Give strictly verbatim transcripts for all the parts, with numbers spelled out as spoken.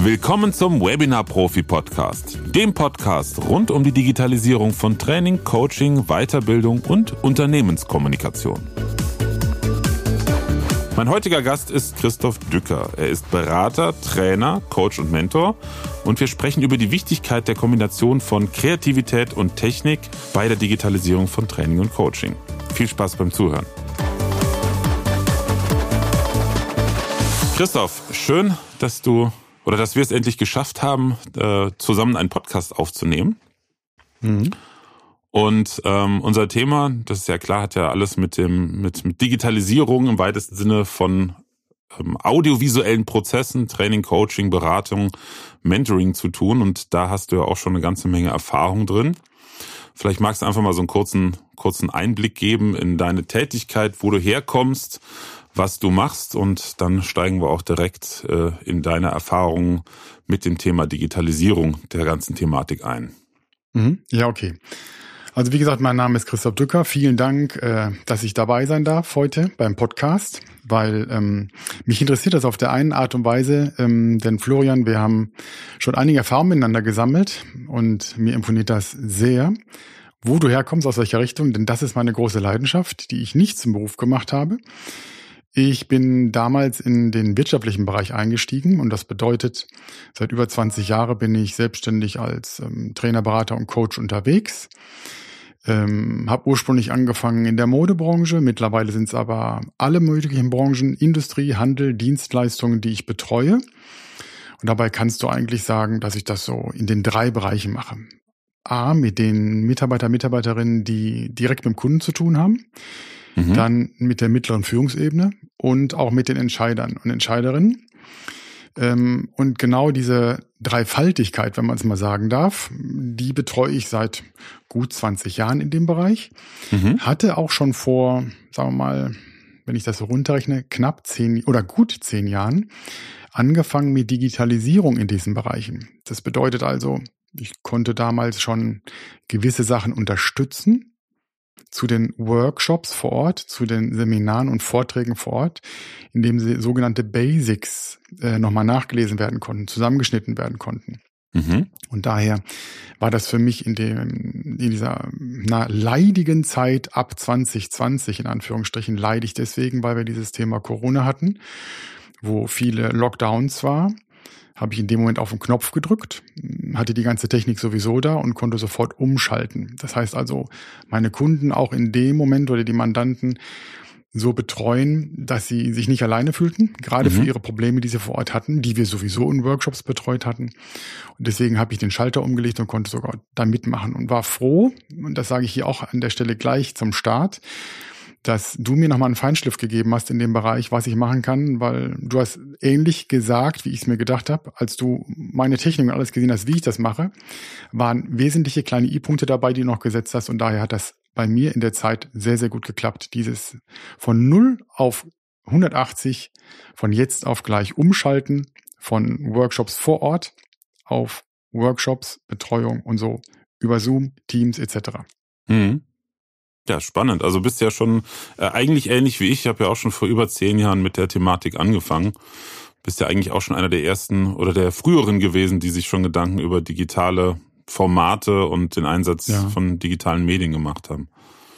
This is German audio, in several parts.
Willkommen zum Webinar-Profi-Podcast, dem Podcast rund um die Digitalisierung von Training, Coaching, Weiterbildung und Unternehmenskommunikation. Mein heutiger Gast ist Christoph Dücker. Er ist Berater, Trainer, Coach und Mentor und wir sprechen über die Wichtigkeit der Kombination von Kreativität und Technik bei der Digitalisierung von Training und Coaching. Viel Spaß beim Zuhören. Christoph, schön, dass du oder dass wir es endlich geschafft haben, äh, zusammen einen Podcast aufzunehmen. Mhm. Und ähm, unser Thema, das ist ja klar, hat ja alles mit dem mit, mit Digitalisierung im weitesten Sinne von ähm, audiovisuellen Prozessen, Training, Coaching, Beratung, Mentoring zu tun. Und da hast du ja auch schon eine ganze Menge Erfahrung drin. Vielleicht magst du einfach mal so einen kurzen kurzen Einblick geben in deine Tätigkeit, wo du herkommst, was du machst, und dann steigen wir auch direkt äh, in deine Erfahrungen mit dem Thema Digitalisierung der ganzen Thematik ein. Mhm. Ja, okay. Also wie gesagt, mein Name ist Christoph Dücker. Vielen Dank, äh, dass ich dabei sein darf heute beim Podcast, weil ähm, mich interessiert das auf der einen Art und Weise, ähm, denn Florian, wir haben schon einige Erfahrungen miteinander gesammelt und mir imponiert das sehr, wo du herkommst, aus welcher Richtung, denn das ist meine große Leidenschaft, die ich nicht zum Beruf gemacht habe. Ich bin damals in den wirtschaftlichen Bereich eingestiegen und das bedeutet, seit über zwanzig Jahren bin ich selbstständig als ähm, Trainer, Berater und Coach unterwegs. Ähm, habe ursprünglich angefangen in der Modebranche, mittlerweile sind es aber alle möglichen Branchen, Industrie, Handel, Dienstleistungen, die ich betreue. Und dabei kannst du eigentlich sagen, dass ich das so in den drei Bereichen mache. A, mit den Mitarbeiter, Mitarbeiterinnen, die direkt mit dem Kunden zu tun haben. Mhm. Dann mit der mittleren Führungsebene und auch mit den Entscheidern und Entscheiderinnen. Und genau diese Dreifaltigkeit, wenn man es mal sagen darf, die betreue ich seit gut zwanzig Jahren in dem Bereich. Mhm. Hatte auch schon vor, sagen wir mal, wenn ich das so runterrechne, knapp zehn oder gut zehn Jahren angefangen mit Digitalisierung in diesen Bereichen. Das bedeutet also, ich konnte damals schon gewisse Sachen unterstützen, zu den Workshops vor Ort, zu den Seminaren und Vorträgen vor Ort, in dem sie sogenannte Basics äh, nochmal nachgelesen werden konnten, zusammengeschnitten werden konnten. Mhm. Und daher war das für mich in, dem, in dieser na, leidigen Zeit ab zwanzig zwanzig, in Anführungsstrichen leidig deswegen, weil wir dieses Thema Corona hatten, wo viele Lockdowns war, habe ich in dem Moment auf den Knopf gedrückt, hatte die ganze Technik sowieso da und konnte sofort umschalten. Das heißt also, meine Kunden auch in dem Moment oder die Mandanten so betreuen, dass sie sich nicht alleine fühlten, gerade mhm. für ihre Probleme, die sie vor Ort hatten, die wir sowieso in Workshops betreut hatten. Und deswegen habe ich den Schalter umgelegt und konnte sogar da mitmachen und war froh, und das sage ich hier auch an der Stelle gleich zum Start, dass du mir nochmal einen Feinschliff gegeben hast in dem Bereich, was ich machen kann, weil du hast ähnlich gesagt, wie ich es mir gedacht habe, als du meine Technik und alles gesehen hast, wie ich das mache, waren wesentliche kleine I-Punkte dabei, die du noch gesetzt hast, und daher hat das bei mir in der Zeit sehr, sehr gut geklappt. Dieses von null auf hundertachtzig, von jetzt auf gleich umschalten, von Workshops vor Ort auf Workshops, Betreuung und so über Zoom, Teams et cetera. Mhm. Ja, spannend. Also bist ja schon äh, eigentlich ähnlich wie ich. Ich habe ja auch schon vor über zehn Jahren mit der Thematik angefangen. Bist ja eigentlich auch schon einer der ersten oder der früheren gewesen, die sich schon Gedanken über digitale Formate und den Einsatz ja. von digitalen Medien gemacht haben.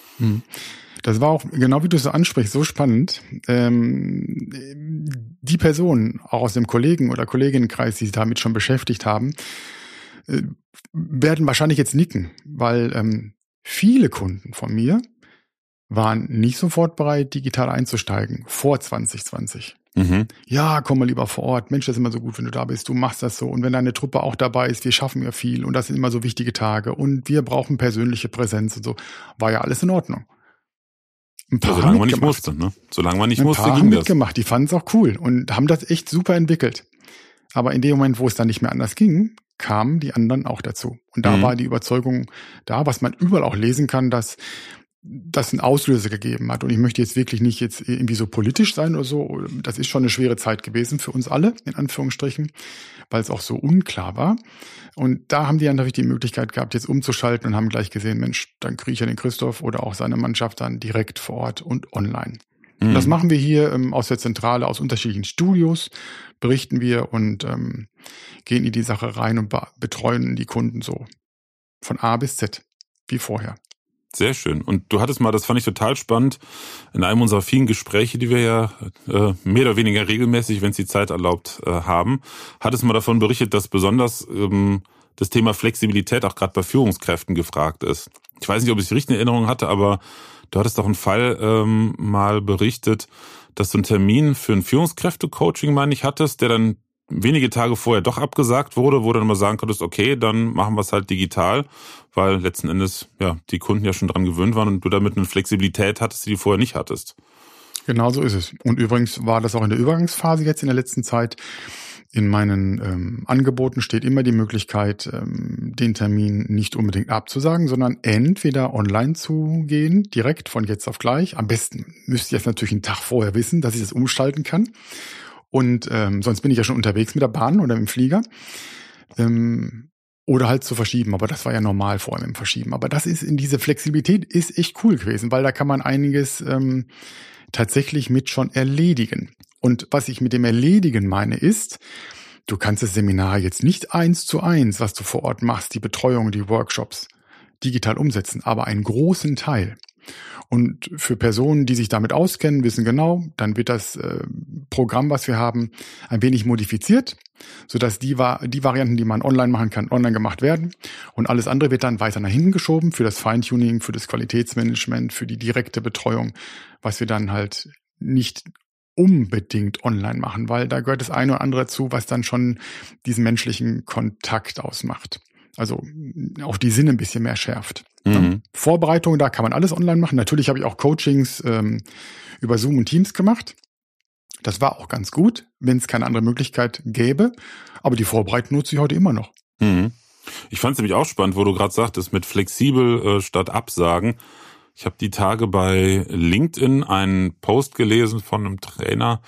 Das war auch, genau wie du es so ansprichst, so spannend. Ähm, die Personen, auch aus dem Kollegen- oder Kolleginnenkreis, die sich damit schon beschäftigt haben, äh, werden wahrscheinlich jetzt nicken, weil ähm, viele Kunden von mir waren nicht sofort bereit, digital einzusteigen, vor zwanzig zwanzig. Mhm. Ja, komm mal lieber vor Ort. Mensch, das ist immer so gut, wenn du da bist. Du machst das so. Und wenn deine Truppe auch dabei ist, wir schaffen ja viel. Und das sind immer so wichtige Tage. Und wir brauchen persönliche Präsenz und so. War ja alles in Ordnung. Ein paar ja, solange man nicht musste, ne? Solange man nicht ein musste, paar ging haben das. mitgemacht. Die fanden es auch cool und haben das echt super entwickelt. Aber in dem Moment, wo es dann nicht mehr anders ging, kamen die anderen auch dazu. Und da mhm. war die Überzeugung da, was man überall auch lesen kann, dass das einen Auslöser gegeben hat. Und ich möchte jetzt wirklich nicht jetzt irgendwie so politisch sein oder so. Das ist schon eine schwere Zeit gewesen für uns alle, in Anführungsstrichen, weil es auch so unklar war. Und da haben die dann natürlich die Möglichkeit gehabt, jetzt umzuschalten und haben gleich gesehen, Mensch, dann kriege ich ja den Christoph oder auch seine Mannschaft dann direkt vor Ort und online. Mhm. Und das machen wir hier ähm, aus der Zentrale, aus unterschiedlichen Studios, berichten wir und ähm, gehen in die Sache rein und be- betreuen die Kunden so von A bis Z, wie vorher. Sehr schön. Und du hattest mal, das fand ich total spannend, in einem unserer vielen Gespräche, die wir ja äh, mehr oder weniger regelmäßig, wenn es die Zeit erlaubt, äh, haben, hattest mal davon berichtet, dass besonders ähm, das Thema Flexibilität auch gerade bei Führungskräften gefragt ist. Ich weiß nicht, ob ich die richtige Erinnerung hatte, aber du hattest doch einen Fall ähm, mal berichtet, dass du einen Termin für ein Führungskräfte-Coaching, meine ich, hattest, der dann wenige Tage vorher doch abgesagt wurde, wo du dann mal sagen konntest, okay, dann machen wir es halt digital, weil letzten Endes ja die Kunden ja schon dran gewöhnt waren und du damit eine Flexibilität hattest, die du vorher nicht hattest. Genau so ist es. Und übrigens war das auch in der Übergangsphase jetzt in der letzten Zeit. In meinen ähm, Angeboten steht immer die Möglichkeit, ähm, den Termin nicht unbedingt abzusagen, sondern entweder online zu gehen, direkt von jetzt auf gleich. Am besten müsste ich jetzt natürlich einen Tag vorher wissen, dass ich das umschalten kann. Und ähm, sonst bin ich ja schon unterwegs mit der Bahn oder mit dem Flieger. Ähm, oder halt zu verschieben. Aber das war ja normal vor allem im Verschieben. Aber das ist in diese Flexibilität ist echt cool gewesen, weil da kann man einiges ähm, tatsächlich mit schon erledigen. Und was ich mit dem Erledigen meine ist, du kannst das Seminar jetzt nicht eins zu eins, was du vor Ort machst, die Betreuung, die Workshops, digital umsetzen, aber einen großen Teil. Und für Personen, die sich damit auskennen, wissen genau, dann wird das äh, Programm, was wir haben, ein wenig modifiziert, sodass die, die Varianten, die man online machen kann, online gemacht werden. Und alles andere wird dann weiter nach hinten geschoben für das Feintuning, für das Qualitätsmanagement, für die direkte Betreuung, was wir dann halt nicht unbedingt online machen, weil da gehört das eine oder andere dazu, was dann schon diesen menschlichen Kontakt ausmacht. Also auch die Sinne ein bisschen mehr schärft. Mhm. Vorbereitung, da kann man alles online machen. Natürlich habe ich auch Coachings ähm, über Zoom und Teams gemacht. Das war auch ganz gut, wenn es keine andere Möglichkeit gäbe. Aber die Vorbereitung nutze ich heute immer noch. Mhm. Ich fand es nämlich auch spannend, wo du gerade sagtest, mit flexibel äh, statt absagen. Ich habe die Tage bei LinkedIn einen Post gelesen von einem Trainer,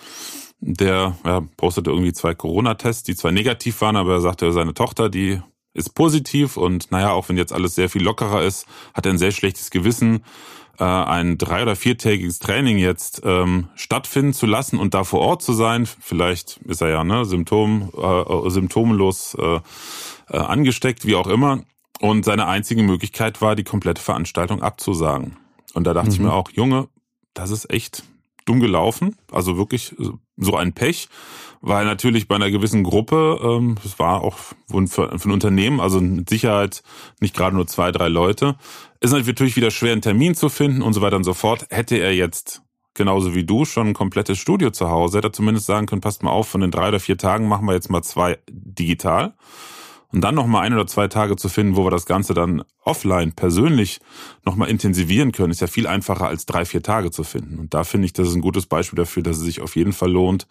der ja, postete irgendwie zwei Corona-Tests, die zwar negativ waren, aber er sagte, seine Tochter, die ist positiv und naja, auch wenn jetzt alles sehr viel lockerer ist, hat er ein sehr schlechtes Gewissen, äh, ein drei- oder viertägiges Training jetzt ähm, stattfinden zu lassen und da vor Ort zu sein. Vielleicht ist er ja ne Symptom, äh, symptomlos äh, äh, angesteckt, wie auch immer. Und seine einzige Möglichkeit war, die komplette Veranstaltung abzusagen. Und da dachte mhm. ich mir auch, Junge, das ist echt dumm gelaufen. Also wirklich so ein Pech. Weil natürlich bei einer gewissen Gruppe, ähm, das war auch für, für ein Unternehmen, also mit Sicherheit nicht gerade nur zwei, drei Leute, ist natürlich wieder schwer, einen Termin zu finden und so weiter und so fort. Hätte er jetzt, genauso wie du, schon ein komplettes Studio zu Hause, hätte er zumindest sagen können, passt mal auf, von den drei oder vier Tagen machen wir jetzt mal zwei digital. Und dann nochmal ein oder zwei Tage zu finden, wo wir das Ganze dann offline persönlich nochmal intensivieren können, ist ja viel einfacher als drei, vier Tage zu finden. Und da finde ich, das ist ein gutes Beispiel dafür, dass es sich auf jeden Fall lohnt,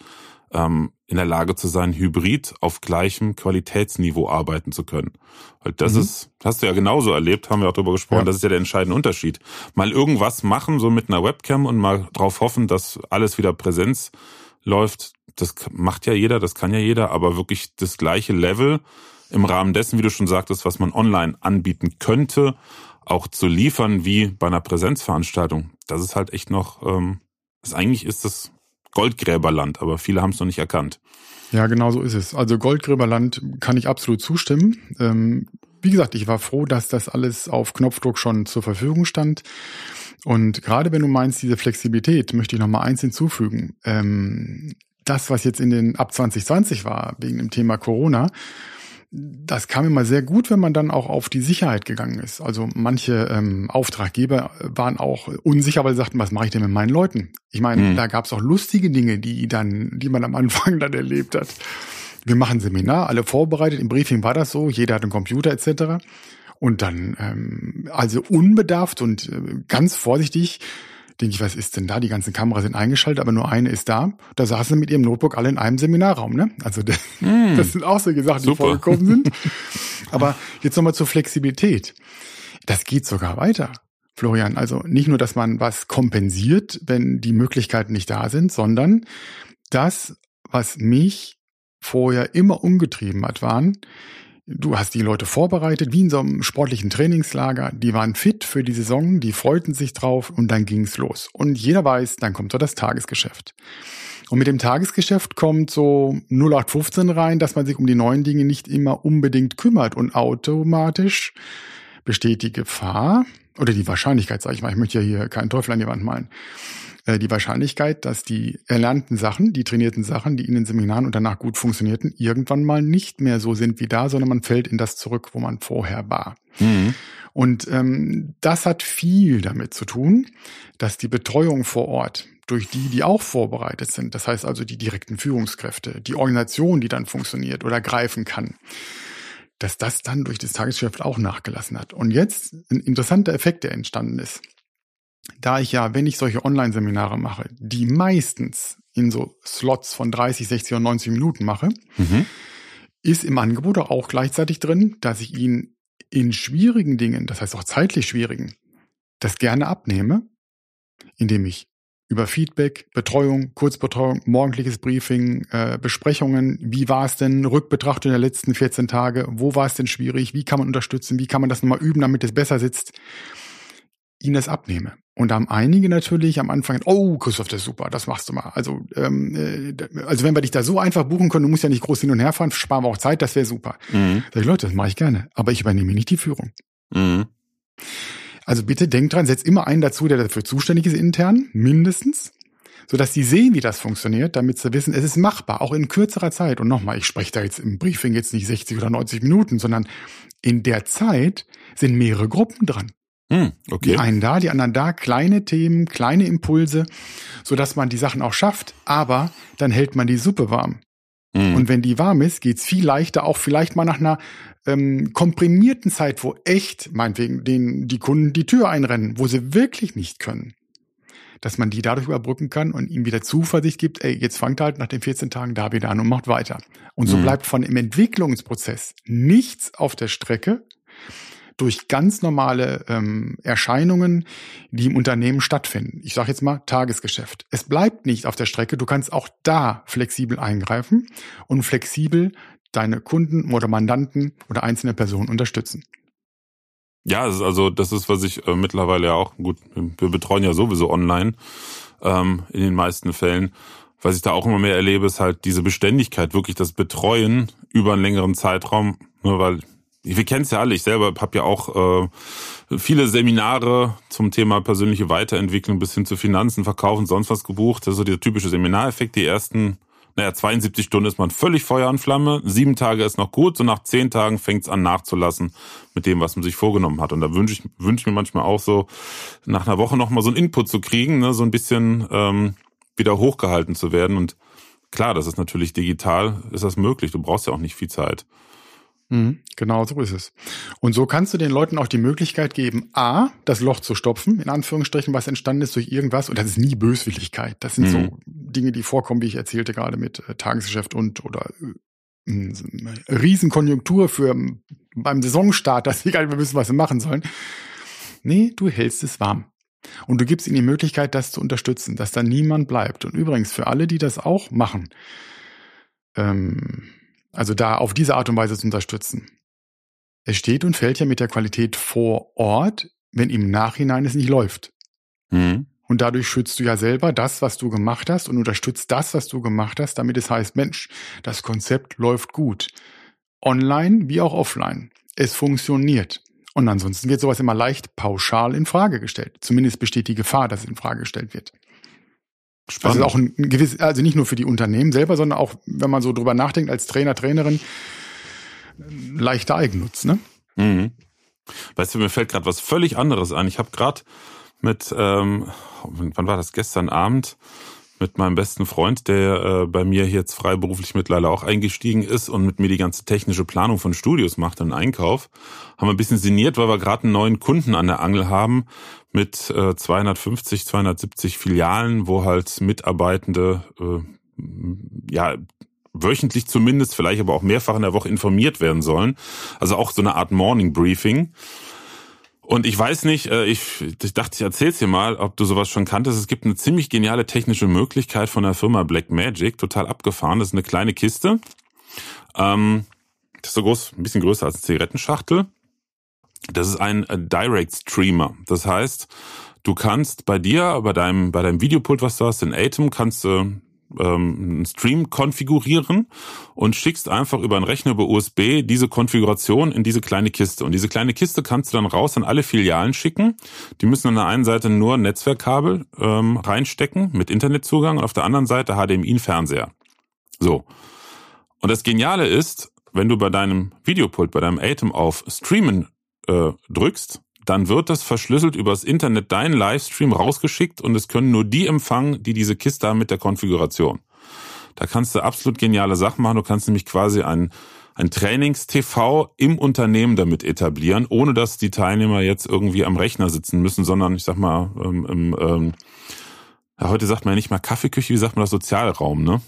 in der Lage zu sein, hybrid auf gleichem Qualitätsniveau arbeiten zu können. Weil das mhm. ist, hast du ja genauso erlebt, haben wir auch darüber gesprochen, ja. Das ist ja der entscheidende Unterschied. Mal irgendwas machen, so mit einer Webcam und mal drauf hoffen, dass alles wieder Präsenz läuft, das macht ja jeder, das kann ja jeder, aber wirklich das gleiche Level im Rahmen dessen, wie du schon sagtest, was man online anbieten könnte, auch zu liefern wie bei einer Präsenzveranstaltung, das ist halt echt noch, ähm, das eigentlich ist das Goldgräberland, aber viele haben es noch nicht erkannt. Ja, genau so ist es. Also Goldgräberland kann ich absolut zustimmen. Ähm, wie gesagt, ich war froh, dass das alles auf Knopfdruck schon zur Verfügung stand. Und gerade wenn du meinst, diese Flexibilität, möchte ich noch mal eins hinzufügen. Ähm, das, was jetzt in den ab zwanzig zwanzig war, wegen dem Thema Corona, das kam immer sehr gut, wenn man dann auch auf die Sicherheit gegangen ist. Also manche ähm, Auftraggeber waren auch unsicher, weil sie sagten, was mache ich denn mit meinen Leuten? Ich meine, mhm. da gab es auch lustige Dinge, die dann, die man am Anfang dann erlebt hat. Wir machen ein Seminar, alle vorbereitet. Im Briefing war das so, jeder hat einen Computer et cetera. Und dann, ähm, also unbedarft und äh, ganz vorsichtig, denke ich, was ist denn da? Die ganzen Kameras sind eingeschaltet, aber nur eine ist da. Da saßen mit ihrem Notebook alle in einem Seminarraum, ne? Also das, mm. das sind auch solche Sachen, die Super. vorgekommen sind. Aber jetzt nochmal zur Flexibilität. Das geht sogar weiter, Florian. Also nicht nur, dass man was kompensiert, wenn die Möglichkeiten nicht da sind, sondern das, was mich vorher immer umgetrieben hat, waren Du hast die Leute vorbereitet, wie in so einem sportlichen Trainingslager. Die waren fit für die Saison, die freuten sich drauf und dann ging's los. Und jeder weiß, dann kommt so das Tagesgeschäft. Und mit dem Tagesgeschäft kommt so null acht fünfzehn rein, dass man sich um die neuen Dinge nicht immer unbedingt kümmert. Und automatisch besteht die Gefahr, oder die Wahrscheinlichkeit, sage ich mal, ich möchte ja hier keinen Teufel an die Wand malen, die Wahrscheinlichkeit, dass die erlernten Sachen, die trainierten Sachen, die in den Seminaren und danach gut funktionierten, irgendwann mal nicht mehr so sind wie da, sondern man fällt in das zurück, wo man vorher war. Mhm. Und ähm, das hat viel damit zu tun, dass die Betreuung vor Ort durch die, die auch vorbereitet sind, das heißt also die direkten Führungskräfte, die Organisation, die dann funktioniert oder greifen kann, dass das dann durch das Tagesgeschäft auch nachgelassen hat. Und jetzt ein interessanter Effekt, der entstanden ist. Da ich ja, wenn ich solche Online-Seminare mache, die meistens in so Slots von dreißig, sechzig und neunzig Minuten mache, mhm. ist im Angebot auch gleichzeitig drin, dass ich Ihnen in schwierigen Dingen, das heißt auch zeitlich schwierigen, das gerne abnehme, indem ich über Feedback, Betreuung, Kurzbetreuung, morgendliches Briefing, äh, Besprechungen, wie war es denn, Rückbetrachtung der letzten vierzehn Tage, wo war es denn schwierig, wie kann man unterstützen, wie kann man das nochmal üben, damit es besser sitzt, Ihnen das abnehme. Und da haben einige natürlich am Anfang, oh, Christoph, das ist super, das machst du mal. Also, ähm, also wenn wir dich da so einfach buchen können, du musst ja nicht groß hin und her fahren, sparen wir auch Zeit, das wäre super. Mhm. Sag ich, Leute, das mache ich gerne, aber ich übernehme nicht die Führung. Mhm. Also bitte denkt dran, setzt immer einen dazu, der dafür zuständig ist intern, mindestens, sodass die sehen, wie das funktioniert, damit sie wissen, es ist machbar, auch in kürzerer Zeit. Und nochmal, ich spreche da jetzt im Briefing jetzt nicht sechzig oder neunzig Minuten, sondern in der Zeit sind mehrere Gruppen dran. Okay. Die einen da, die anderen da, kleine Themen, kleine Impulse, sodass man die Sachen auch schafft, aber dann hält man die Suppe warm. Mhm. Und wenn die warm ist, geht's viel leichter, auch vielleicht mal nach einer ähm, komprimierten Zeit, wo echt, meinetwegen, denen die Kunden die Tür einrennen, wo sie wirklich nicht können, dass man die dadurch überbrücken kann und ihnen wieder Zuversicht gibt, ey, jetzt fangt halt nach den vierzehn Tagen da wieder an und macht weiter. Und so mhm. bleibt von im Entwicklungsprozess nichts auf der Strecke, durch ganz normale ähm, Erscheinungen, die im Unternehmen stattfinden. Ich sage jetzt mal Tagesgeschäft. Es bleibt nicht auf der Strecke. Du kannst auch da flexibel eingreifen und flexibel deine Kunden oder Mandanten oder einzelne Personen unterstützen. Ja, das ist also das ist, was ich äh, mittlerweile ja auch, gut, wir betreuen ja sowieso online ähm, in den meisten Fällen. Was ich da auch immer mehr erlebe, ist halt diese Beständigkeit, wirklich das Betreuen über einen längeren Zeitraum, nur weil wir kennen es ja alle, ich selber habe ja auch äh, viele Seminare zum Thema persönliche Weiterentwicklung bis hin zu Finanzen, Verkaufen, sonst was gebucht. Das ist so der typische Seminareffekt. Die ersten, naja, zweiundsiebzig Stunden ist man völlig Feuer und Flamme, sieben Tage ist noch gut, so nach zehn Tagen fängt es an nachzulassen mit dem, was man sich vorgenommen hat. Und da wünsche ich, wünsche ich mir manchmal auch so, nach einer Woche nochmal so einen Input zu kriegen, ne, so ein bisschen ähm, wieder hochgehalten zu werden. Und klar, das ist natürlich digital, ist das möglich. Du brauchst ja auch nicht viel Zeit. Genau, so ist es. Und so kannst du den Leuten auch die Möglichkeit geben, A, das Loch zu stopfen, in Anführungsstrichen, was entstanden ist durch irgendwas. Und das ist nie Böswilligkeit. Das sind mhm. so Dinge, die vorkommen, wie ich erzählte gerade mit äh, Tagesgeschäft und oder äh, Riesenkonjunktur für beim Saisonstart, dass egal, wir wissen, was wir machen sollen. Nee, du hältst es warm. Und du gibst ihnen die Möglichkeit, das zu unterstützen, dass da niemand bleibt. Und übrigens, für alle, die das auch machen, ähm, also da auf diese Art und Weise zu unterstützen. Es steht und fällt ja mit der Qualität vor Ort, wenn im Nachhinein es nicht läuft. Mhm. Und dadurch schützt du ja selber das, was du gemacht hast und unterstützt das, was du gemacht hast, damit es heißt, Mensch, das Konzept läuft gut. Online wie auch offline. Es funktioniert. Und ansonsten wird sowas immer leicht pauschal in Frage gestellt. Zumindest besteht die Gefahr, dass es in Frage gestellt wird. Spannend. Also auch ein gewiss, also nicht nur für die Unternehmen selber, sondern auch, wenn man so drüber nachdenkt, als Trainer, Trainerin, leichter Eigennutz, ne? Mhm. Weißt du, mir fällt gerade was völlig anderes ein. Ich habe gerade mit, ähm, wann war das, gestern Abend, mit meinem besten Freund, der äh, bei mir jetzt freiberuflich mittlerweile auch eingestiegen ist und mit mir die ganze technische Planung von Studios macht und Einkauf, haben wir ein bisschen sinniert, weil wir gerade einen neuen Kunden an der Angel haben mit äh, zweihundertfünfzig, zweihundertsiebzig Filialen, wo halt Mitarbeitende äh, ja wöchentlich zumindest, vielleicht aber auch mehrfach in der Woche informiert werden sollen. Also auch so eine Art Morning Briefing. Und ich weiß nicht, ich, ich dachte, ich erzähl's dir mal, ob du sowas schon kanntest. Es gibt eine ziemlich geniale technische Möglichkeit von der Firma Blackmagic, total abgefahren. Das ist eine kleine Kiste. Ähm, das ist so groß, ein bisschen größer als eine Zigarettenschachtel. Das ist ein Direct Streamer. Das heißt, du kannst bei dir, bei deinem, bei deinem Videopult, was du hast, in Atem, kannst du einen Stream konfigurieren und schickst einfach über einen Rechner über U S B diese Konfiguration in diese kleine Kiste. Und diese kleine Kiste kannst du dann raus an alle Filialen schicken. Die müssen an der einen Seite nur Netzwerkkabel ähm, reinstecken mit Internetzugang und auf der anderen Seite H D M I-Fernseher. So. Und das Geniale ist, wenn du bei deinem Videopult, bei deinem Atem auf Streamen äh, drückst, dann wird das verschlüsselt übers Internet dein Livestream rausgeschickt und es können nur die empfangen, die diese Kiste haben mit der Konfiguration. Da kannst du absolut geniale Sachen machen. Du kannst nämlich quasi ein, ein Trainings-T V im Unternehmen damit etablieren, ohne dass die Teilnehmer jetzt irgendwie am Rechner sitzen müssen, sondern ich sag mal, ähm, im, ähm, ja, heute sagt man ja nicht mal Kaffeeküche, wie sagt man das, Sozialraum, ne?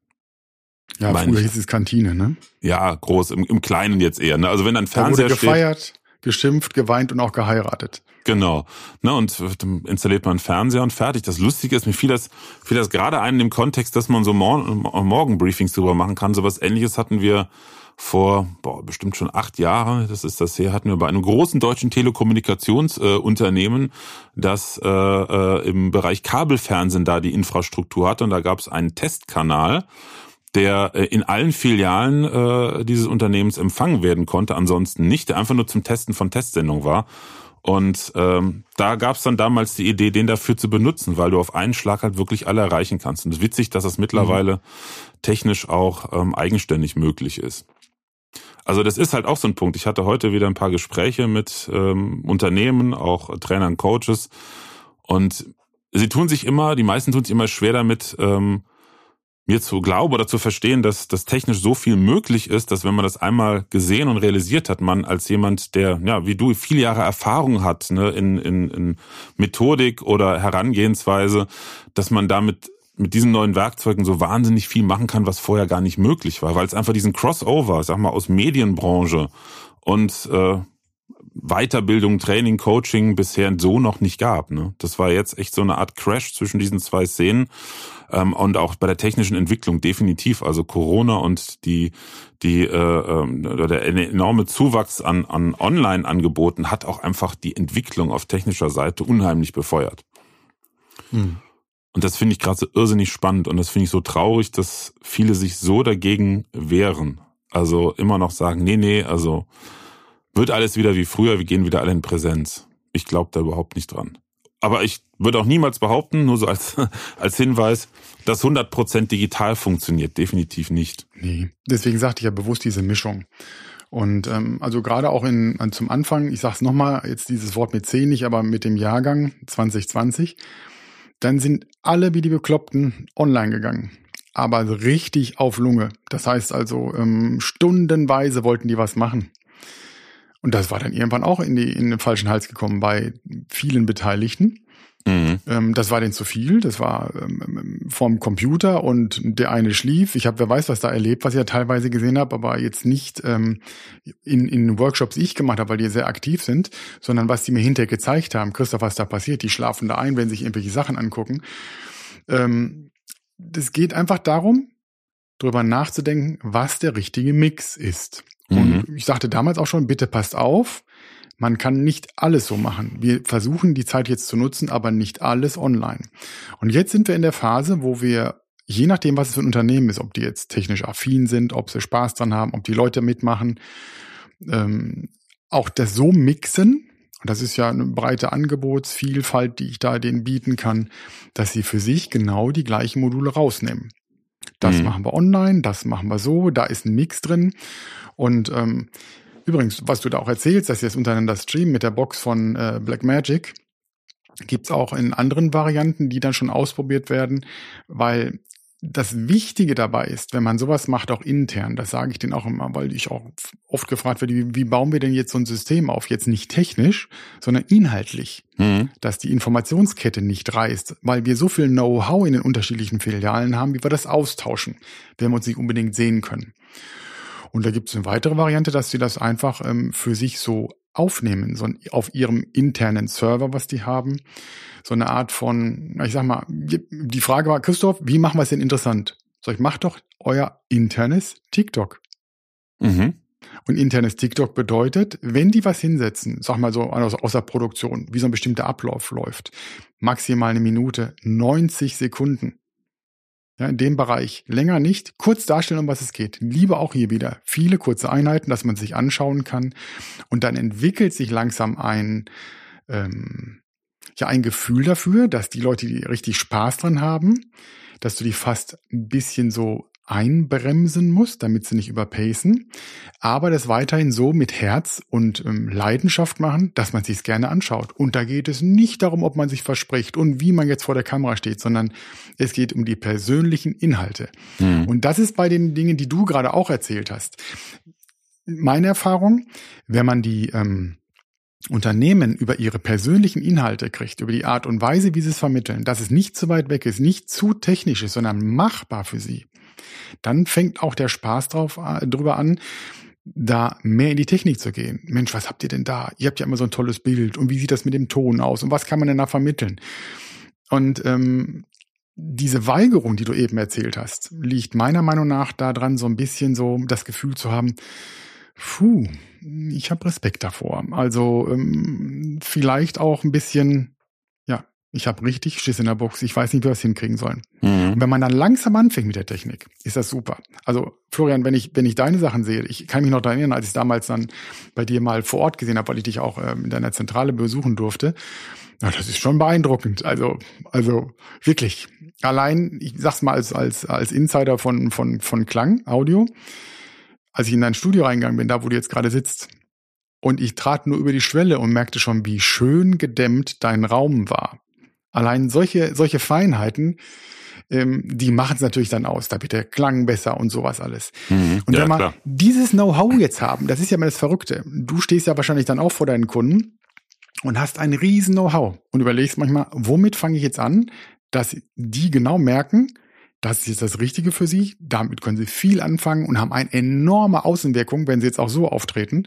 Ja, Meine früher ich. hieß es Kantine, ne? Ja, groß, im, im Kleinen jetzt eher, ne? Also wenn dann Fernseher da wurde gefeiert, steht, geschimpft, geweint und auch geheiratet. genau. Ne, und dann installiert man einen Fernseher und fertig. Das Lustige ist, mir fiel das, fiel das gerade ein in dem Kontext, dass man so Mor- Morgenbriefings drüber machen kann. So was Ähnliches hatten wir vor, boah, bestimmt schon acht Jahre, das ist das her, hatten wir bei einem großen deutschen Telekommunikationsunternehmen, äh, das äh, äh, im Bereich Kabelfernsehen da die Infrastruktur hatte. Und da gab es einen Testkanal, der in allen Filialen äh, dieses Unternehmens empfangen werden konnte, ansonsten nicht, der einfach nur zum Testen von Testsendungen war. Und ähm, da gab es dann damals die Idee, den dafür zu benutzen, weil du auf einen Schlag halt wirklich alle erreichen kannst. Und es ist witzig, dass das mittlerweile mhm. technisch auch ähm, eigenständig möglich ist. Also das ist halt auch so ein Punkt. Ich hatte heute wieder ein paar Gespräche mit ähm, Unternehmen, auch Trainern, Coaches. Und sie tun sich immer, die meisten tun sich immer schwer damit, ähm, mir zu glauben oder zu verstehen, dass das technisch so viel möglich ist, dass wenn man das einmal gesehen und realisiert hat, man als jemand, der, ja, wie du, viele Jahre Erfahrung hat, ne, in, in, in Methodik oder Herangehensweise, dass man damit mit diesen neuen Werkzeugen so wahnsinnig viel machen kann, was vorher gar nicht möglich war, weil es einfach diesen Crossover, sag mal, aus Medienbranche und äh, Weiterbildung, Training, Coaching bisher so noch nicht gab. Ne? Das war jetzt echt so eine Art Crash zwischen diesen zwei Szenen ähm, und auch bei der technischen Entwicklung definitiv. Also Corona und die die äh, äh, der enorme Zuwachs an an Online-Angeboten hat auch einfach die Entwicklung auf technischer Seite unheimlich befeuert. Hm. Und das finde ich gerade so irrsinnig spannend und das finde ich so traurig, dass viele sich so dagegen wehren. Also immer noch sagen, nee, nee, also wird alles wieder wie früher, wir gehen wieder alle in Präsenz. Ich glaube da überhaupt nicht dran. Aber ich würde auch niemals behaupten, nur so als als Hinweis, dass hundert Prozent digital funktioniert. Definitiv nicht. Nee, deswegen sagte ich ja bewusst diese Mischung. Und ähm, also gerade auch in zum Anfang, ich sage es nochmal, jetzt dieses Wort mit C nicht, aber mit dem Jahrgang zwanzig zwanzig, dann sind alle wie die Bekloppten online gegangen. Aber richtig auf Lunge. Das heißt also, ähm, stundenweise wollten die was machen. Und das war dann irgendwann auch in, die, in den falschen Hals gekommen bei vielen Beteiligten. Mhm. Ähm, das war denen zu viel. Das war ähm, vom Computer und der eine schlief. Ich habe, wer weiß, was da erlebt, was ich ja teilweise gesehen habe, aber jetzt nicht ähm, in, in Workshops, die ich gemacht habe, weil die sehr aktiv sind, sondern was die mir hinterher gezeigt haben. Christoph, was da passiert? Die schlafen da ein, wenn sich irgendwelche Sachen angucken. Ähm, das geht einfach darum, darüber nachzudenken, was der richtige Mix ist. Und mhm. ich sagte damals auch schon, bitte passt auf, man kann nicht alles so machen. Wir versuchen die Zeit jetzt zu nutzen, aber nicht alles online. Und jetzt sind wir in der Phase, wo wir, je nachdem, was es für ein Unternehmen ist, ob die jetzt technisch affin sind, ob sie Spaß dran haben, ob die Leute mitmachen, ähm, auch das so mixen, und das ist ja eine breite Angebotsvielfalt, die ich da denen bieten kann, dass sie für sich genau die gleichen Module rausnehmen. Das mhm. machen wir online, das machen wir so, da ist ein Mix drin. Und ähm, übrigens, was du da auch erzählst, dass sie das untereinander streamen mit der Box von äh, Blackmagic, gibt's auch in anderen Varianten, die dann schon ausprobiert werden, weil das Wichtige dabei ist, wenn man sowas macht, auch intern, das sage ich denen auch immer, weil ich auch oft gefragt werde, wie, wie bauen wir denn jetzt so ein System auf? Jetzt nicht technisch, sondern inhaltlich, mhm. dass die Informationskette nicht reißt, weil wir so viel Know-how in den unterschiedlichen Filialen haben, wie wir das austauschen, wenn wir uns nicht unbedingt sehen können. Und da gibt es eine weitere Variante, dass sie das einfach ähm, für sich so aufnehmen, so auf ihrem internen Server, was die haben. So eine Art von, ich sag mal, die Frage war, Christoph, wie machen wir es denn interessant? So, ich mach doch euer internes TikTok. Mhm. Und internes TikTok bedeutet, wenn die was hinsetzen, sag mal so aus, aus der Produktion, wie so ein bestimmter Ablauf läuft, maximal eine Minute, neunzig Sekunden. Ja, in dem Bereich länger nicht. Kurz darstellen, um was es geht. Lieber auch hier wieder viele kurze Einheiten, dass man sich anschauen kann. Und dann entwickelt sich langsam ein, ähm, ja, ein Gefühl dafür, dass die Leute, die richtig Spaß dran haben, dass du die fast ein bisschen so einbremsen musst, damit sie nicht überpacen, aber das weiterhin so mit Herz und ähm, Leidenschaft machen, dass man sich's gerne anschaut. Und da geht es nicht darum, ob man sich verspricht und wie man jetzt vor der Kamera steht, sondern es geht um die persönlichen Inhalte. Mhm. Und das ist bei den Dingen, die du gerade auch erzählt hast. Meine Erfahrung, wenn man die ähm, Unternehmen über ihre persönlichen Inhalte kriegt, über die Art und Weise, wie sie es vermitteln, dass es nicht zu weit weg ist, nicht zu technisch ist, sondern machbar für sie, dann fängt auch der Spaß drauf, drüber an, da mehr in die Technik zu gehen. Mensch, was habt ihr denn da? Ihr habt ja immer so ein tolles Bild. Und wie sieht das mit dem Ton aus? Und was kann man denn da vermitteln? Und ähm, diese Weigerung, die du eben erzählt hast, liegt meiner Meinung nach daran, so ein bisschen so das Gefühl zu haben, puh, ich habe Respekt davor. Also ähm, vielleicht auch ein bisschen, ja, ich habe richtig Schiss in der Box. Ich weiß nicht, wie wir das hinkriegen sollen. Mhm. Und wenn man dann langsam anfängt mit der Technik, ist das super. Also Florian, wenn ich wenn ich deine Sachen sehe, ich kann mich noch daran erinnern, als ich damals dann bei dir mal vor Ort gesehen habe, weil ich dich auch ähm, in deiner Zentrale besuchen durfte. Ja, das ist schon beeindruckend. Also also wirklich. Allein, ich sag's mal als als als Insider von von von Klang Audio, als ich in dein Studio reingegangen bin, da wo du jetzt gerade sitzt, und ich trat nur über die Schwelle und merkte schon, wie schön gedämmt dein Raum war. Allein solche solche Feinheiten, ähm, die machen es natürlich dann aus. Da wird der Klang besser und sowas alles. Mhm, und wenn ja, wir klar. dieses Know-how jetzt haben, das ist ja mal das Verrückte. Du stehst ja wahrscheinlich dann auch vor deinen Kunden und hast ein riesen Know-how und überlegst manchmal, womit fange ich jetzt an, dass die genau merken, das ist jetzt das Richtige für sie. Damit können sie viel anfangen und haben eine enorme Außenwirkung, wenn sie jetzt auch so auftreten.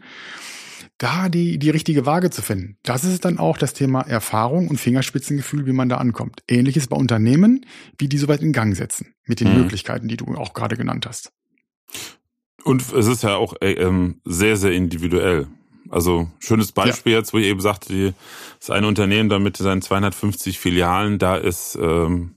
Da die, die richtige Waage zu finden. Das ist dann auch das Thema Erfahrung und Fingerspitzengefühl, wie man da ankommt. Ähnliches bei Unternehmen, wie die soweit in Gang setzen. Mit den mhm. Möglichkeiten, die du auch gerade genannt hast. Und es ist ja auch äh, sehr, sehr individuell. Also schönes Beispiel ja. jetzt, wo ich eben sagte, die, das eine Unternehmen da mit seinen zweihundertfünfzig Filialen, da ist ähm,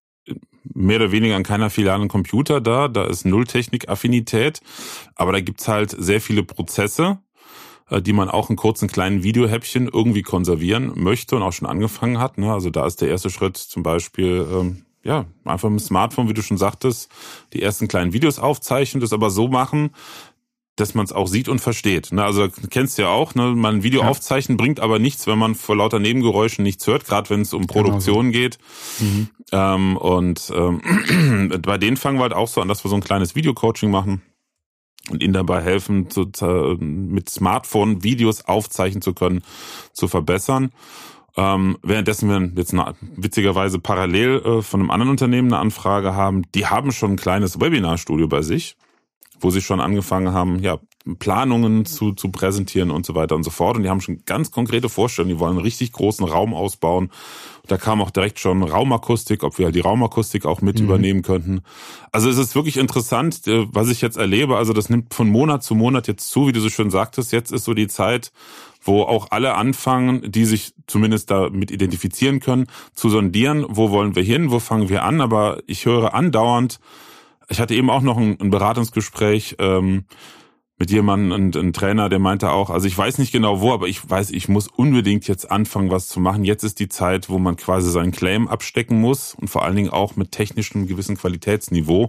mehr oder weniger an keiner Filiale ein Computer da, da ist null Technik-Affinität, aber da gibt's halt sehr viele Prozesse, die man auch in kurzen kleinen Videohäppchen irgendwie konservieren möchte und auch schon angefangen hat. Also da ist der erste Schritt zum Beispiel, ähm, ja, einfach mit dem Smartphone, wie du schon sagtest, die ersten kleinen Videos aufzeichnen, das aber so machen, dass man es auch sieht und versteht. Also kennst du ja auch, ne? Man ein Video ja. aufzeichnen bringt aber nichts, wenn man vor lauter Nebengeräuschen nichts hört, gerade wenn es um Produktion genau so. geht. Mhm. Ähm, und ähm, bei denen fangen wir halt auch so an, dass wir so ein kleines Videocoaching machen und ihnen dabei helfen, zu, mit Smartphone Videos aufzeichnen zu können, zu verbessern. Ähm, währenddessen wir jetzt eine, witzigerweise parallel äh, von einem anderen Unternehmen eine Anfrage haben, die haben schon ein kleines Webinarstudio bei sich, wo sie schon angefangen haben, ja, Planungen zu, zu präsentieren und so weiter und so fort. Und die haben schon ganz konkrete Vorstellungen. Die wollen einen richtig großen Raum ausbauen. Da kam auch direkt schon Raumakustik, ob wir halt die Raumakustik auch mit mhm. übernehmen könnten. Also es ist wirklich interessant, was ich jetzt erlebe. Also das nimmt von Monat zu Monat jetzt zu, wie du so schön sagtest. Jetzt ist so die Zeit, wo auch alle anfangen, die sich zumindest damit identifizieren können, zu sondieren, wo wollen wir hin, wo fangen wir an. Aber ich höre andauernd, ich hatte eben auch noch ein, ein Beratungsgespräch ähm, mit jemandem und ein Trainer, der meinte auch, also ich weiß nicht genau wo, aber ich weiß, ich muss unbedingt jetzt anfangen, was zu machen. Jetzt ist die Zeit, wo man quasi seinen Claim abstecken muss und vor allen Dingen auch mit technischem gewissen Qualitätsniveau,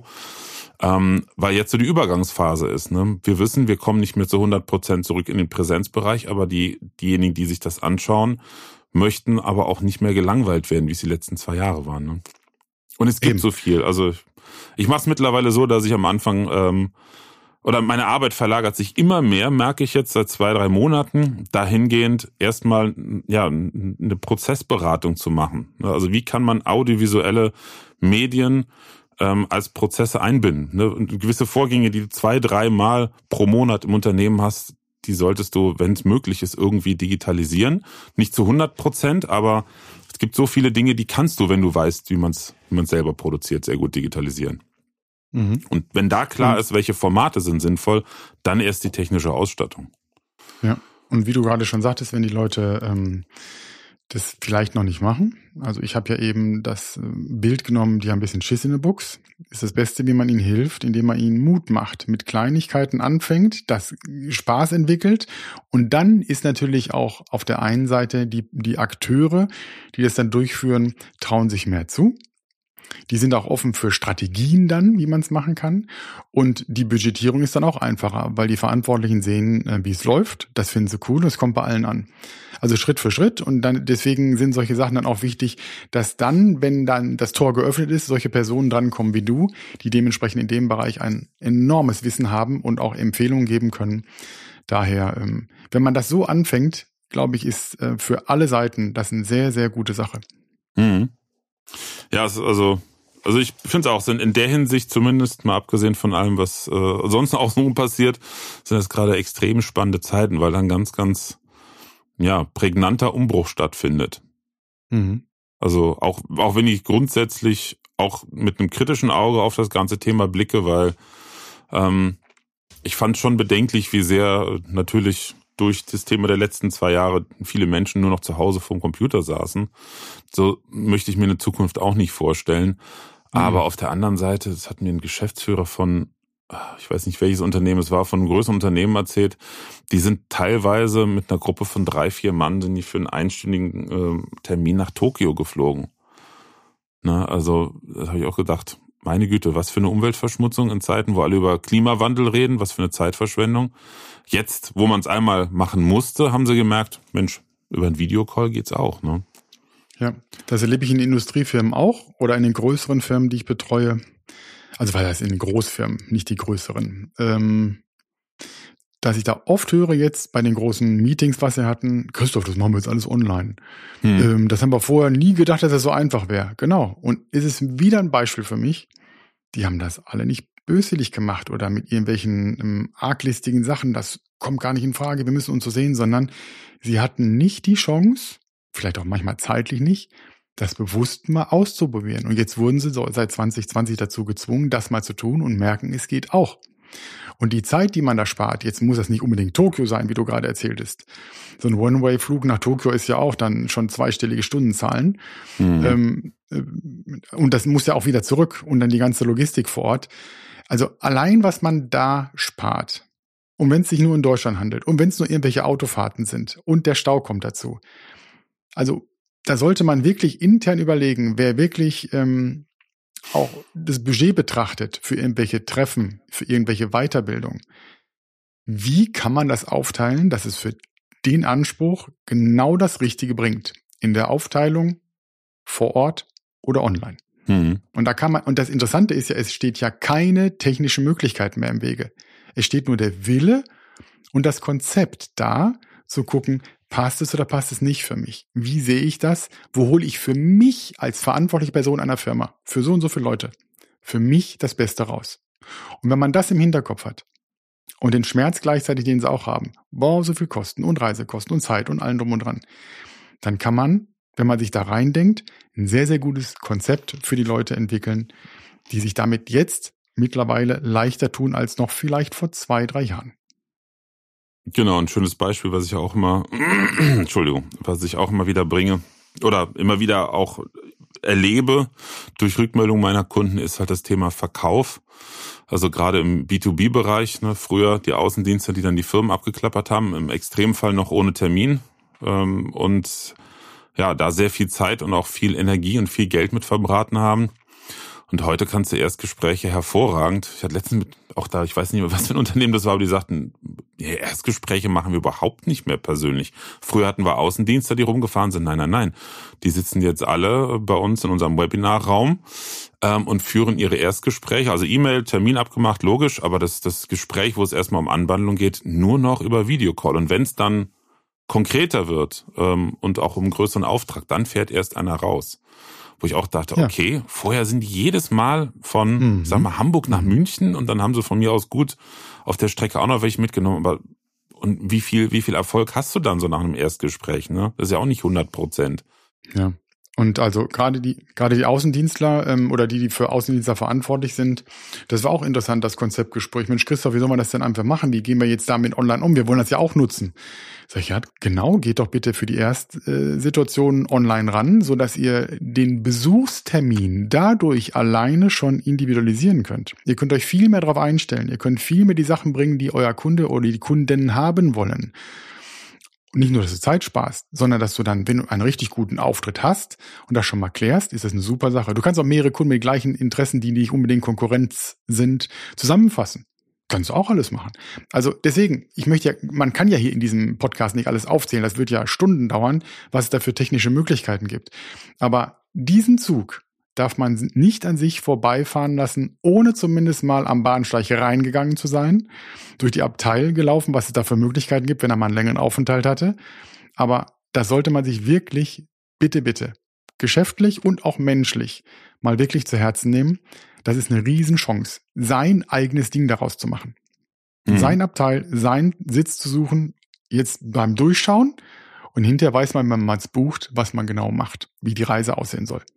ähm, weil jetzt so die Übergangsphase ist. Ne? Wir wissen, wir kommen nicht mehr zu hundert Prozent zurück in den Präsenzbereich, aber die diejenigen, die sich das anschauen, möchten aber auch nicht mehr gelangweilt werden, wie es die letzten zwei Jahre waren. Ne? Und es gibt Eben. so viel. Also ich mache es mittlerweile so, dass ich am Anfang ähm, oder meine Arbeit verlagert sich immer mehr, merke ich jetzt seit zwei, drei Monaten, dahingehend erstmal ja eine Prozessberatung zu machen. Also wie kann man audiovisuelle Medien ähm, als Prozesse einbinden? Ne? Und gewisse Vorgänge, die du zwei, drei Mal pro Monat im Unternehmen hast, die solltest du, wenn es möglich ist, irgendwie digitalisieren. Nicht zu hundert Prozent, aber es gibt so viele Dinge, die kannst du, wenn du weißt, wie man es wie man selber produziert, sehr gut digitalisieren. Mhm. Und wenn da klar mhm. ist, welche Formate sind sinnvoll, dann erst die technische Ausstattung. Ja, und wie du gerade schon sagtest, wenn die Leute ähm, das vielleicht noch nicht machen. Also ich habe ja eben das Bild genommen, die haben ein bisschen Schiss in der Buchs. Ist das Beste, wie man ihnen hilft, indem man ihnen Mut macht, mit Kleinigkeiten anfängt, das Spaß entwickelt. Und dann ist natürlich auch auf der einen Seite die, die Akteure, die das dann durchführen, trauen sich mehr zu. Die sind auch offen für Strategien dann, wie man es machen kann. Und die Budgetierung ist dann auch einfacher, weil die Verantwortlichen sehen, wie es läuft. Das finden sie cool und es kommt bei allen an. Also Schritt für Schritt. Und dann deswegen sind solche Sachen dann auch wichtig, dass dann, wenn dann das Tor geöffnet ist, solche Personen drankommen wie du, die dementsprechend in dem Bereich ein enormes Wissen haben und auch Empfehlungen geben können. Daher, wenn man das so anfängt, glaube ich, ist für alle Seiten das eine sehr, sehr gute Sache. Mhm. Ja, also, also ich finde es auch, sind in der Hinsicht zumindest, mal abgesehen von allem, was äh, sonst noch so passiert, sind das gerade extrem spannende Zeiten, weil dann ganz, ganz ja prägnanter Umbruch stattfindet. Mhm. Also auch, auch wenn ich grundsätzlich auch mit einem kritischen Auge auf das ganze Thema blicke, weil ähm, ich fand schon bedenklich, wie sehr natürlich durch das Thema der letzten zwei Jahre viele Menschen nur noch zu Hause vorm Computer saßen. So möchte ich mir eine Zukunft auch nicht vorstellen. Aber mhm. auf der anderen Seite, das hat mir ein Geschäftsführer von, ich weiß nicht welches Unternehmen es war, von einem größeren Unternehmen erzählt, die sind teilweise mit einer Gruppe von drei, vier Mann, sind die für einen einstündigen äh, Termin nach Tokio geflogen. Na, also das habe ich auch gedacht, meine Güte, was für eine Umweltverschmutzung in Zeiten, wo alle über Klimawandel reden, was für eine Zeitverschwendung. Jetzt, wo man es einmal machen musste, haben sie gemerkt, Mensch, über einen Videocall geht's auch, ne? Ja, das erlebe ich in Industriefirmen auch oder in den größeren Firmen, die ich betreue. Also weil das in den Großfirmen, nicht die größeren. Ähm, dass ich da oft höre jetzt bei den großen Meetings, was sie hatten, Christoph, das machen wir jetzt alles online. Hm. Ähm, das haben wir vorher nie gedacht, dass das so einfach wäre. Genau. Und ist es wieder ein Beispiel für mich, die haben das alle nicht böswillig gemacht oder mit irgendwelchen ähm, arglistigen Sachen, das kommt gar nicht in Frage, wir müssen uns so sehen, sondern sie hatten nicht die Chance, vielleicht auch manchmal zeitlich nicht, das bewusst mal auszuprobieren. Und jetzt wurden sie so seit zwanzig zwanzig dazu gezwungen, das mal zu tun und merken, es geht auch. Und die Zeit, die man da spart, jetzt muss das nicht unbedingt Tokio sein, wie du gerade erzähltest. So ein One-Way-Flug nach Tokio ist ja auch dann schon zweistellige Stundenzahlen. Mhm. Ähm, und das muss ja auch wieder zurück und dann die ganze Logistik vor Ort. Also allein, was man da spart, und wenn es sich nur in Deutschland handelt, und wenn es nur irgendwelche Autofahrten sind und der Stau kommt dazu. Also da sollte man wirklich intern überlegen, wer wirklich ähm, auch das Budget betrachtet für irgendwelche Treffen, für irgendwelche Weiterbildung. Wie kann man das aufteilen, dass es für den Anspruch genau das Richtige bringt? In der Aufteilung, vor Ort oder online. Mhm. Und da kann man, und das Interessante ist ja, es steht ja keine technische Möglichkeit mehr im Wege. Es steht nur der Wille und das Konzept da, zu gucken, passt es oder passt es nicht für mich? Wie sehe ich das? Wo hole ich für mich als verantwortliche Person einer Firma, für so und so viele Leute, für mich das Beste raus? Und wenn man das im Hinterkopf hat und den Schmerz gleichzeitig, den sie auch haben, boah, so viel Kosten und Reisekosten und Zeit und allem drum und dran, dann kann man, wenn man sich da reindenkt, ein sehr, sehr gutes Konzept für die Leute entwickeln, die sich damit jetzt mittlerweile leichter tun als noch vielleicht vor zwei, drei Jahren. Genau, ein schönes Beispiel, was ich auch immer, Entschuldigung, was ich auch immer wieder bringe oder immer wieder auch erlebe durch Rückmeldung meiner Kunden, ist halt das Thema Verkauf. Also gerade im B zwei B-Bereich, ne, früher die Außendienste, die dann die Firmen abgeklappert haben, im Extremfall noch ohne Termin ähm, und ja, da sehr viel Zeit und auch viel Energie und viel Geld mit verbraten haben. Und heute kannst du Erstgespräche hervorragend. Ich hatte letztens mit, auch da, ich weiß nicht mehr, was für ein Unternehmen das war, aber die sagten, ja, Erstgespräche machen wir überhaupt nicht mehr persönlich. Früher hatten wir Außendienste, die rumgefahren sind. Nein, nein, nein. Die sitzen jetzt alle bei uns in unserem Webinarraum ähm, und führen ihre Erstgespräche. Also E-Mail, Termin abgemacht, logisch, aber das, das Gespräch, wo es erstmal um Anwandlung geht, nur noch über Videocall. Und wenn es dann konkreter wird ähm, und auch um einen größeren Auftrag, dann fährt erst einer raus. Wo ich auch dachte, ja. okay, vorher sind die jedes Mal von, mhm. sag mal, Hamburg nach München und dann haben sie von mir aus gut auf der Strecke auch noch welche mitgenommen. Aber und wie viel, wie viel Erfolg hast du dann so nach einem Erstgespräch? Ne? Das ist ja auch nicht hundert Prozent. Ja, Und also gerade die gerade die Außendienstler ähm, oder die, die für Außendienstler verantwortlich sind, das war auch interessant, das Konzeptgespräch. Mensch, Christoph, wie soll man das denn einfach machen? Wie gehen wir jetzt damit online um? Wir wollen das ja auch nutzen. Sag ich, ja, genau, geht doch bitte für die Erstsituation online ran, sodass ihr den Besuchstermin dadurch alleine schon individualisieren könnt. Ihr könnt euch viel mehr darauf einstellen. Ihr könnt viel mehr die Sachen bringen, die euer Kunde oder die Kunden haben wollen. Nicht nur, dass du Zeit sparst, sondern dass du dann, wenn du einen richtig guten Auftritt hast und das schon mal klärst, ist das eine super Sache. Du kannst auch mehrere Kunden mit gleichen Interessen, die nicht unbedingt Konkurrenz sind, zusammenfassen. Kannst du auch alles machen. Also deswegen, ich möchte ja, man kann ja hier in diesem Podcast nicht alles aufzählen, das wird ja Stunden dauern, was es da für technische Möglichkeiten gibt. Aber diesen Zug darf man nicht an sich vorbeifahren lassen, ohne zumindest mal am Bahnsteig reingegangen zu sein, durch die Abteil gelaufen, was es da für Möglichkeiten gibt, wenn er mal einen längeren Aufenthalt hatte. Aber da sollte man sich wirklich, bitte, bitte, geschäftlich und auch menschlich mal wirklich zu Herzen nehmen. Das ist eine Riesenchance, sein eigenes Ding daraus zu machen. Mhm. Sein Abteil, sein Sitz zu suchen, jetzt beim Durchschauen und hinterher weiß man, wenn man es bucht, was man genau macht, wie die Reise aussehen soll.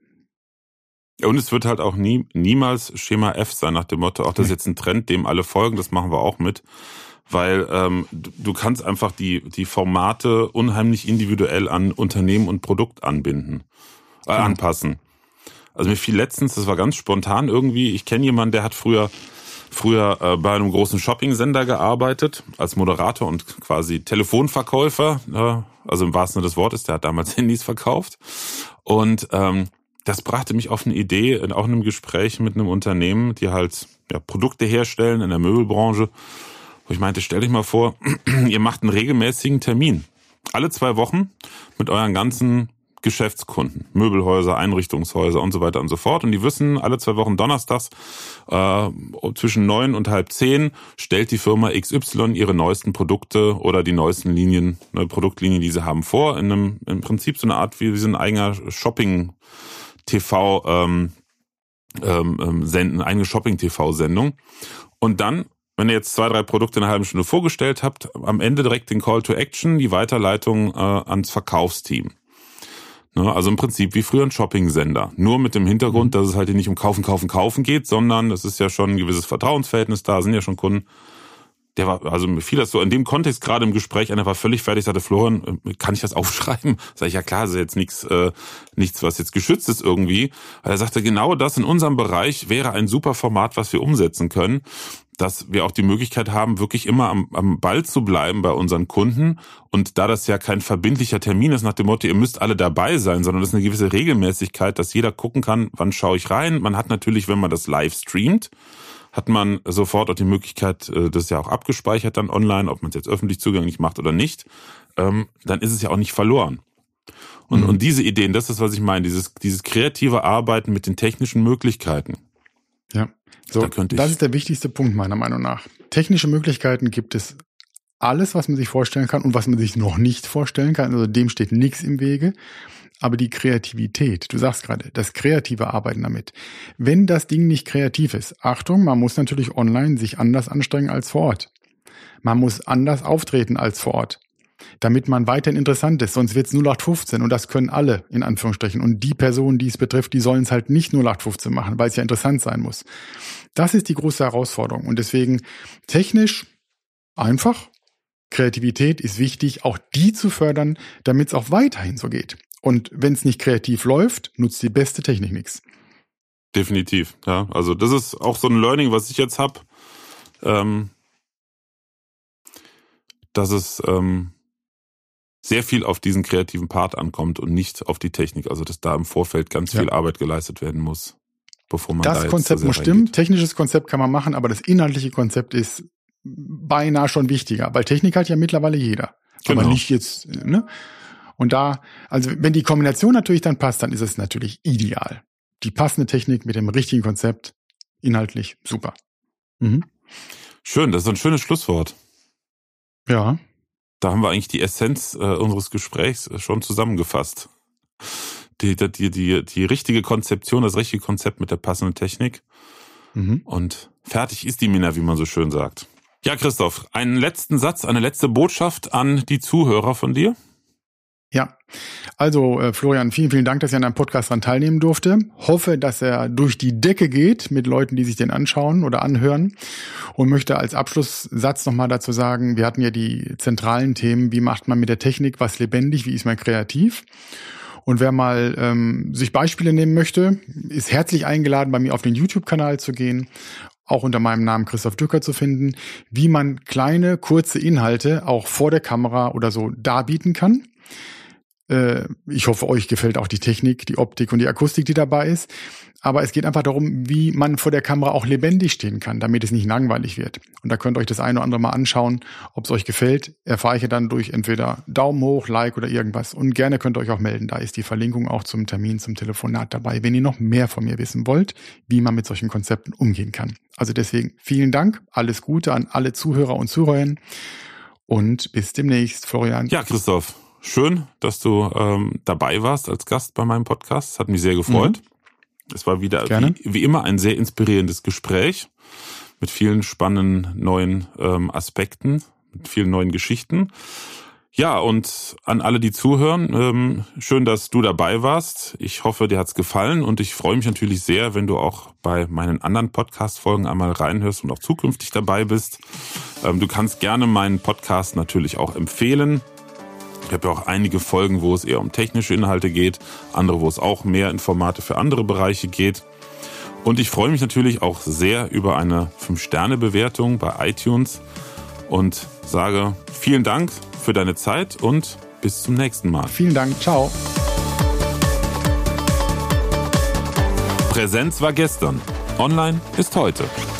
Ja, und es wird halt auch nie, niemals Schema F sein, nach dem Motto, auch das ist jetzt ein Trend, dem alle folgen, das machen wir auch mit, weil ähm, du, du kannst einfach die, die Formate unheimlich individuell an Unternehmen und Produkt anbinden, äh, ja. anpassen. Also mir fiel letztens, das war ganz spontan irgendwie, ich kenne jemanden, der hat früher früher äh, bei einem großen Shopping-Sender gearbeitet, als Moderator und quasi Telefonverkäufer, äh, also im wahrsten Sinne des Wortes, der hat damals Handys verkauft und ähm, das brachte mich auf eine Idee, auch in einem Gespräch mit einem Unternehmen, die halt ja, Produkte herstellen in der Möbelbranche, wo ich meinte, stell dich mal vor, ihr macht einen regelmäßigen Termin, alle zwei Wochen mit euren ganzen Geschäftskunden, Möbelhäuser, Einrichtungshäuser und so weiter und so fort. Und die wissen, alle zwei Wochen donnerstags äh, zwischen neun und halb zehn stellt die Firma X Y ihre neuesten Produkte oder die neuesten Linien, ne, Produktlinien, die sie haben, vor. In einem im Prinzip so eine Art wie, wie so ein eigener Shopping-T V ähm, ähm, senden, eigene Shopping-T V-Sendung. Und dann, wenn ihr jetzt zwei, drei Produkte in einer halben Stunde vorgestellt habt, am Ende direkt den Call to Action, die Weiterleitung äh, ans Verkaufsteam. Also im Prinzip wie früher ein Shopping-Sender. Nur mit dem Hintergrund, dass es halt nicht um Kaufen, Kaufen, Kaufen geht, sondern es ist ja schon ein gewisses Vertrauensverhältnis da, sind ja schon Kunden. Der war, also mir fiel das so in dem Kontext gerade im Gespräch, einer war völlig fertig, sagte, Florian, kann ich das aufschreiben? Sag ich, ja klar, das ist jetzt nichts, äh, nichts, was jetzt geschützt ist irgendwie. Weil er sagte, genau das in unserem Bereich wäre ein super Format, was wir umsetzen können, dass wir auch die Möglichkeit haben, wirklich immer am, am Ball zu bleiben bei unseren Kunden. Und da das ja kein verbindlicher Termin ist nach dem Motto, ihr müsst alle dabei sein, sondern das ist eine gewisse Regelmäßigkeit, dass jeder gucken kann, wann schaue ich rein. Man hat natürlich, wenn man das live streamt, hat man sofort auch die Möglichkeit, das ist ja auch abgespeichert dann online, ob man es jetzt öffentlich zugänglich macht oder nicht, ähm, dann ist es ja auch nicht verloren. Und, mhm. und diese Ideen, das ist, was ich meine, dieses, dieses kreative Arbeiten mit den technischen Möglichkeiten. Ja, so, da das ist der wichtigste Punkt meiner Meinung nach. Technische Möglichkeiten gibt es alles, was man sich vorstellen kann und was man sich noch nicht vorstellen kann. Also dem steht nichts im Wege. Aber die Kreativität, du sagst gerade, das kreative Arbeiten damit. Wenn das Ding nicht kreativ ist, Achtung, man muss natürlich online sich anders anstrengen als vor Ort. Man muss anders auftreten als vor Ort, damit man weiterhin interessant ist. Sonst wird es null acht fünfzehn und das können alle, in Anführungsstrichen. Und die Personen, die es betrifft, die sollen es halt nicht null acht fünfzehn machen, weil es ja interessant sein muss. Das ist die große Herausforderung. Und deswegen technisch einfach. Kreativität ist wichtig, auch die zu fördern, damit es auch weiterhin so geht. Und wenn es nicht kreativ läuft, nutzt die beste Technik nichts. Definitiv, ja. Also das ist auch so ein Learning, was ich jetzt habe, ähm, dass es ähm, sehr viel auf diesen kreativen Part ankommt und nicht auf die Technik. Also dass da im Vorfeld ganz ja. viel Arbeit geleistet werden muss, bevor man das da jetzt Konzept so muss stimmen. Reingeht. Technisches Konzept kann man machen, aber das inhaltliche Konzept ist beinahe schon wichtiger, weil Technik hat ja mittlerweile jeder. Genau. Aber nicht jetzt, ne? Und da, also wenn die Kombination natürlich dann passt, dann ist es natürlich ideal. Die passende Technik mit dem richtigen Konzept, inhaltlich super. Mhm. Schön, das ist ein schönes Schlusswort. Ja. Da haben wir eigentlich die Essenz äh, unseres Gesprächs schon zusammengefasst. Die, die, die, die richtige Konzeption, das richtige Konzept mit der passenden Technik. Mhm. Und fertig ist die Mina, wie man so schön sagt. Ja, Christoph, einen letzten Satz, eine letzte Botschaft an die Zuhörer von dir? Ja, also äh, Florian, vielen, vielen Dank, dass ich an deinem Podcast daran teilnehmen durfte. Hoffe, dass er durch die Decke geht mit Leuten, die sich den anschauen oder anhören. Und möchte als Abschlusssatz nochmal dazu sagen, wir hatten ja die zentralen Themen, wie macht man mit der Technik was lebendig, wie ist man kreativ. Und wer mal ähm, sich Beispiele nehmen möchte, ist herzlich eingeladen, bei mir auf den YouTube-Kanal zu gehen, auch unter meinem Namen Christoph Dücker zu finden, wie man kleine, kurze Inhalte auch vor der Kamera oder so darbieten kann. Ich hoffe, euch gefällt auch die Technik, die Optik und die Akustik, die dabei ist. Aber es geht einfach darum, wie man vor der Kamera auch lebendig stehen kann, damit es nicht langweilig wird. Und da könnt ihr euch das eine oder andere mal anschauen, ob es euch gefällt. Erfahre ich ja dann durch entweder Daumen hoch, Like oder irgendwas. Und gerne könnt ihr euch auch melden. Da ist die Verlinkung auch zum Termin, zum Telefonat dabei, wenn ihr noch mehr von mir wissen wollt, wie man mit solchen Konzepten umgehen kann. Also deswegen vielen Dank, alles Gute an alle Zuhörer und Zuhörerinnen und bis demnächst, Florian. Ja, Christoph. Schön, dass du ähm, dabei warst als Gast bei meinem Podcast. Hat mich sehr gefreut. Mhm. Es war wieder wie, wie immer ein sehr inspirierendes Gespräch mit vielen spannenden neuen ähm, Aspekten, mit vielen neuen Geschichten. Ja, und an alle, die zuhören, ähm, schön, dass du dabei warst. Ich hoffe, dir hat's gefallen und ich freue mich natürlich sehr, wenn du auch bei meinen anderen Podcast-Folgen einmal reinhörst und auch zukünftig dabei bist. Ähm, du kannst gerne meinen Podcast natürlich auch empfehlen. Ich habe ja auch einige Folgen, wo es eher um technische Inhalte geht, andere, wo es auch mehr in Formate für andere Bereiche geht. Und ich freue mich natürlich auch sehr über eine fünf Sterne Bewertung bei iTunes und sage vielen Dank für deine Zeit und bis zum nächsten Mal. Vielen Dank, ciao. Präsenz war gestern, online ist heute.